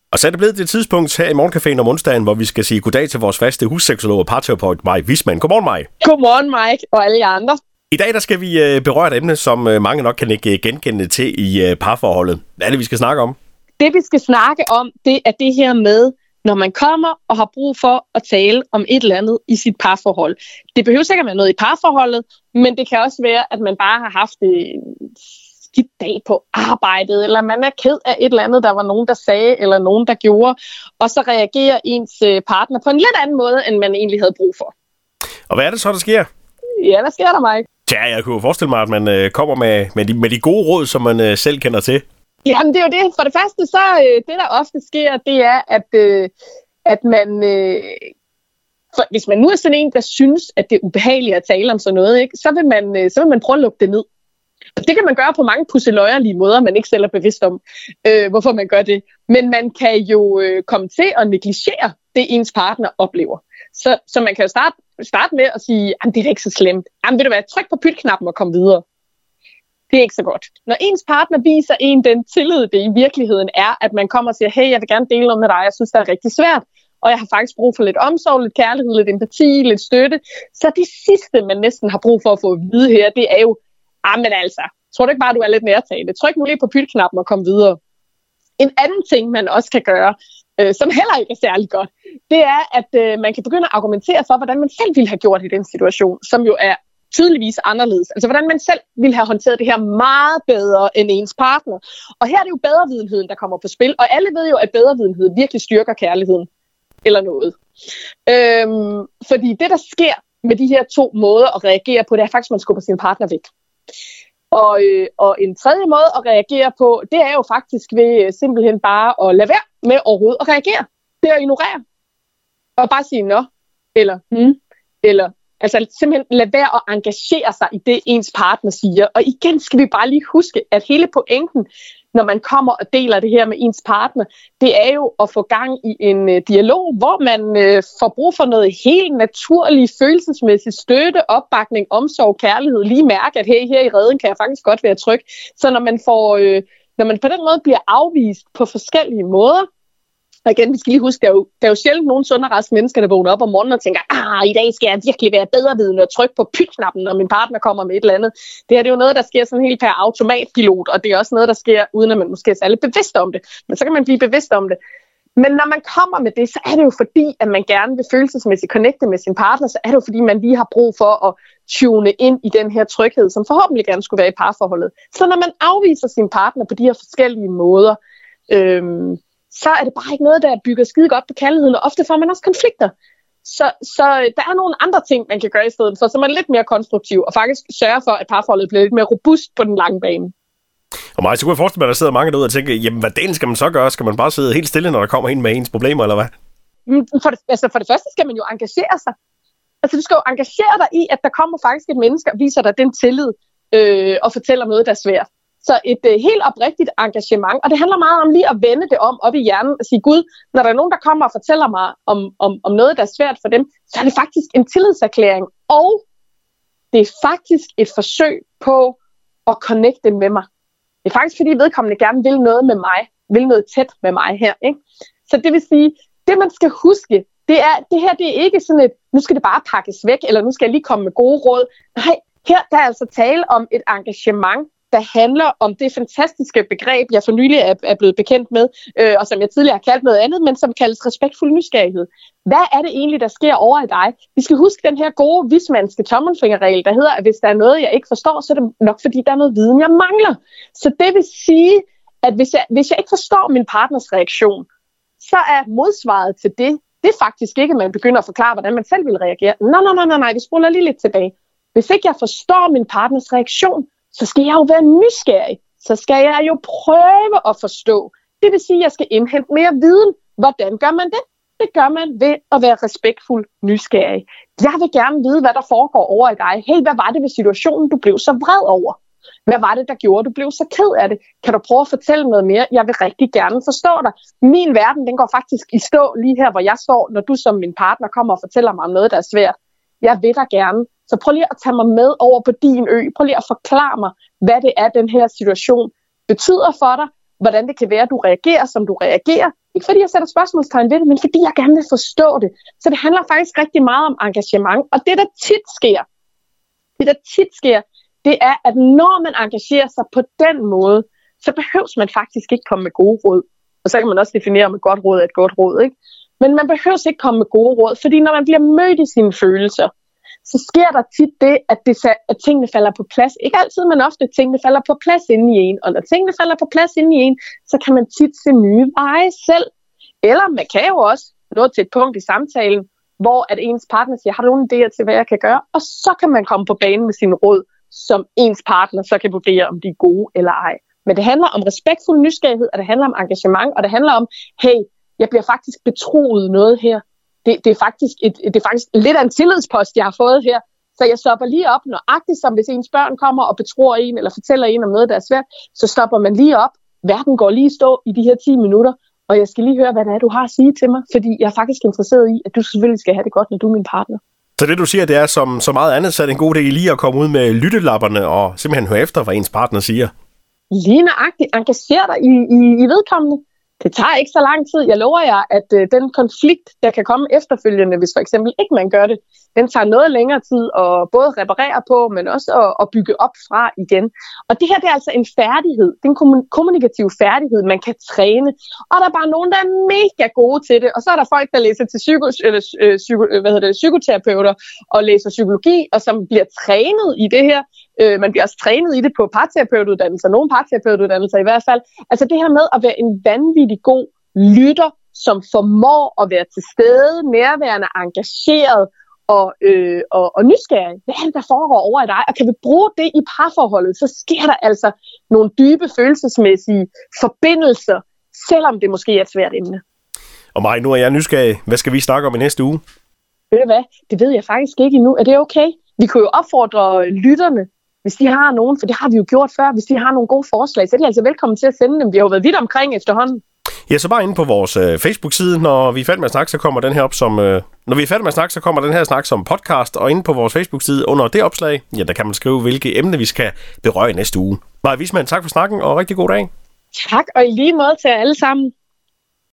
Og så er det blevet det tidspunkt her i Morgencaféen om onsdagen, hvor vi skal sige goddag til vores faste husseksolog og parterapeut Maj Wismann. Godmorgen, Maj. Godmorgen, Mike, og alle jer andre. I dag der skal vi berøre et emne, som mange nok kan ikke genkende til i parforholdet. Hvad er det, vi skal snakke om? Det, vi skal snakke om, det er det her med, når man kommer og har brug for at tale om et eller andet i sit parforhold. Det behøver sikkert være noget i parforholdet, men det kan også være, at man bare har haft en skidt dag på arbejdet, eller man er ked af et eller andet, der var nogen, der sagde, eller nogen, der gjorde, og så reagerer ens partner på en lidt anden måde, end man egentlig havde brug for. Og hvad er det så, der sker? Ja, hvad sker der, Mike? Tja, jeg kunne forestille mig, at man kommer med de gode råd, som man selv kender til. Jamen, det er jo det. For det første, så det, der ofte sker, det er, at man... hvis man nu er sådan en, der synes, at det er ubehageligt at tale om sådan noget, ikke, så vil man prøve at lukke det ned. Og det kan man gøre på mange pusseløjerlige måder, man ikke selv er bevidst om, hvorfor man gør det. Men man kan jo komme til at negligere det, ens partner oplever. Så man kan jo starte med at sige, at det er ikke så slemt. Jamen, vil du være, tryk på pytknappen og komme videre. Det er ikke så godt. Når ens partner viser en den tillid, det i virkeligheden er, at man kommer og siger, hey, jeg vil gerne dele noget med dig, jeg synes, det er rigtig svært, og jeg har faktisk brug for lidt omsorg, lidt kærlighed, lidt empati, lidt støtte. Så det sidste, man næsten har brug for at få at vide her, det er jo, men altså, tror du ikke bare, du er lidt nærtagende? Tryk nu lige på pytknappen og kom videre. En anden ting, man også kan gøre, som heller ikke er særlig godt, det er, at man kan begynde at argumentere for, hvordan man selv ville have gjort i den situation, som jo er tydeligvis anderledes. Altså, hvordan man selv ville have håndteret det her meget bedre end ens partner. Og her er det jo bedrevidenheden, der kommer på spil. Og alle ved jo, at bedrevidenhed virkelig styrker kærligheden. Eller noget. Fordi det, der sker med de her to måder at reagere på, det er faktisk, at man skubber sin partner væk. Og en tredje måde at reagere på, det er jo faktisk ved simpelthen bare at lade være med overhovedet at reagere. Det er at ignorere. Og bare sige nå, eller eller altså simpelthen lade være at engagere sig i det, ens partner siger. Og igen skal vi bare lige huske, at hele pointen, når man kommer og deler det her med ens partner, det er jo at få gang i en dialog, hvor man får brug for noget helt naturligt, følelsesmæssigt støtte, opbakning, omsorg, kærlighed. Lige mærke, at her i redden kan jeg faktisk godt være tryg. Så når man på den måde bliver afvist på forskellige måder, og igen, vi skal lige huske, der er jo sjældent nogen sunde og raske mennesker, der vågner op om morgenen og tænker, i dag skal jeg virkelig være bedrevidende og trykke på pytknappen, når min partner kommer med et eller andet. Det her det er jo noget, der sker sådan helt per automatpilot, og det er også noget, der sker, uden at man måske er særlig bevidst om det. Men så kan man blive bevidst om det. Men når man kommer med det, så er det jo fordi, at man gerne vil følelsesmæssigt connecte med sin partner, så er det jo fordi, man lige har brug for at tune ind i den her tryghed, som forhåbentlig gerne skulle være i parforholdet. Så når man afviser sin partner på de her forskellige måder, så er det bare ikke noget, der bygger skide godt på kærligheden, og ofte får man også konflikter. Så der er nogle andre ting, man kan gøre i stedet for, som er lidt mere konstruktiv, og faktisk sørge for, at parforholdet bliver lidt mere robust på den lange bane. Og mig, så kunne jeg forestille mig, at der sidder mange derude og tænker, jamen hvad delen skal man så gøre? Skal man bare sidde helt stille, når der kommer en med ens problemer, eller hvad? For det første skal man jo engagere sig. Altså du skal jo engagere dig i, at der kommer faktisk et menneske og viser dig den tillid, og fortæller noget, der er svært. Så et helt oprigtigt engagement, og det handler meget om lige at vende det op i hjernen og sige, Gud, når der er nogen, der kommer og fortæller mig om noget, der er svært for dem, så er det faktisk en tillidserklæring, og det er faktisk et forsøg på at connecte med mig. Det er faktisk, fordi vedkommende gerne vil noget med mig, vil noget tæt med mig her, ikke? Så det vil sige, det man skal huske, det her det er ikke sådan et, nu skal det bare pakkes væk, eller nu skal jeg lige komme med gode råd. Nej, her der er altså tale om et engagement, der handler om det fantastiske begreb, jeg for nylig er blevet bekendt med, og som jeg tidligere har kaldt noget andet, men som kaldes respektfuld nysgerrighed. Hvad er det egentlig, der sker over i dig? Vi skal huske den her gode Wismannske tommelfingerregel, der hedder, at hvis der er noget, jeg ikke forstår, så er det nok, fordi der er noget viden, jeg mangler. Så det vil sige, at hvis jeg ikke forstår min partners reaktion, så er modsvaret til det er faktisk ikke, at man begynder at forklare, hvordan man selv vil reagere. Nej, vi spoler lige lidt tilbage. Hvis ikke jeg forstår min partners reaktion, så skal jeg jo være nysgerrig. Så skal jeg jo prøve at forstå. Det vil sige, at jeg skal indhente mere viden. Hvordan gør man det? Det gør man ved at være respektfuld nysgerrig. Jeg vil gerne vide, hvad der foregår over i dig. Hey, hvad var det ved situationen, du blev så vred over? Hvad var det, der gjorde, du blev så ked af det? Kan du prøve at fortælle noget mere? Jeg vil rigtig gerne forstå dig. Min verden, den går faktisk i stå lige her, hvor jeg står, når du som min partner kommer og fortæller mig om noget, der er svært. Jeg vil dig gerne. Så prøv lige at tage mig med over på din ø. Prøv lige at forklare mig, hvad det er, den her situation betyder for dig. Hvordan det kan være, at du reagerer, som du reagerer. Ikke fordi jeg sætter spørgsmålstegn ved det, men fordi jeg gerne vil forstå det. Så det handler faktisk rigtig meget om engagement. Og det, der tit sker, det er, at når man engagerer sig på den måde, så behøves man faktisk ikke komme med gode råd. Og så kan man også definere, om et godt råd er et godt råd, ikke? Men man behøver ikke komme med gode råd, fordi når man bliver mødt i sine følelser, så sker der tit det, at tingene falder på plads. Ikke altid, men ofte tingene falder på plads inde i en. Og når tingene falder på plads inde i en, så kan man tit se nye veje selv. Eller man kan jo også nå til et punkt i samtalen, hvor at ens partner siger, har du nogle idéer til, hvad jeg kan gøre? Og så kan man komme på banen med sine råd, som ens partner så kan vurdere, om de er gode eller ej. Men det handler om respektfuld nysgerrighed, og det handler om engagement, og det handler om, hey, jeg bliver faktisk betroet noget her. Det er faktisk lidt af en tillidspost, jeg har fået her. Så jeg stopper lige op, nøjagtigt som hvis ens børn kommer og betror en, eller fortæller en om noget, der er svært, så stopper man lige op. Verden går lige stå i de her 10 minutter, og jeg skal lige høre, hvad det er, du har at sige til mig, fordi jeg er faktisk interesseret i, at du selvfølgelig skal have det godt, når du er min partner. Så det, du siger, det er som så meget andet, så er det en god idé lige at komme ud med lyttelapperne og simpelthen høre efter, hvad ens partner siger. Lige nøjagtigt. Engager dig i vedkommende. Det tager ikke så lang tid. Jeg lover jer, at den konflikt, der kan komme efterfølgende, hvis for eksempel ikke man gør det, den tager noget længere tid at både reparere på, men også at bygge op fra igen. Og det her, det er altså en færdighed. Det er en kommunikativ færdighed, man kan træne. Og der er bare nogen, der er mega gode til det. Og så er der folk, der læser til psykoterapeuter og læser psykologi, og som bliver trænet i det her. Man bliver også trænet i det på parterapeutuddannelser, nogle parterapeutuddannelser i hvert fald. Altså det her med at være en vanvittig god lytter, som formår at være til stede, nærværende, engageret og nysgerrig. Hvad er det, der foregår over i dig? Og kan vi bruge det i parforholdet, så sker der altså nogle dybe følelsesmæssige forbindelser, selvom det måske er et svært emne. Og Maj, nu er jeg nysgerrig. Hvad skal vi snakke om i næste uge? Ved du hvad? Det ved jeg faktisk ikke endnu. Er det okay? Vi kunne jo opfordre lytterne, hvis de har nogen, for det har vi jo gjort før, hvis de har nogle gode forslag, så er de altså velkommen til at sende dem. Vi har jo været vidt omkring efterhånden. Ja, så bare inde på vores Facebook-side, når vi er færdige med at snakke, så kommer den her op som... Når vi er færdige med at snakke, så kommer den her snak som podcast, og inde på vores Facebook-side under det opslag, ja, der kan man skrive, hvilke emne vi skal berøre næste uge. Maja Wissmann, tak for snakken, og rigtig god dag. Tak, og i lige måde til jer alle sammen.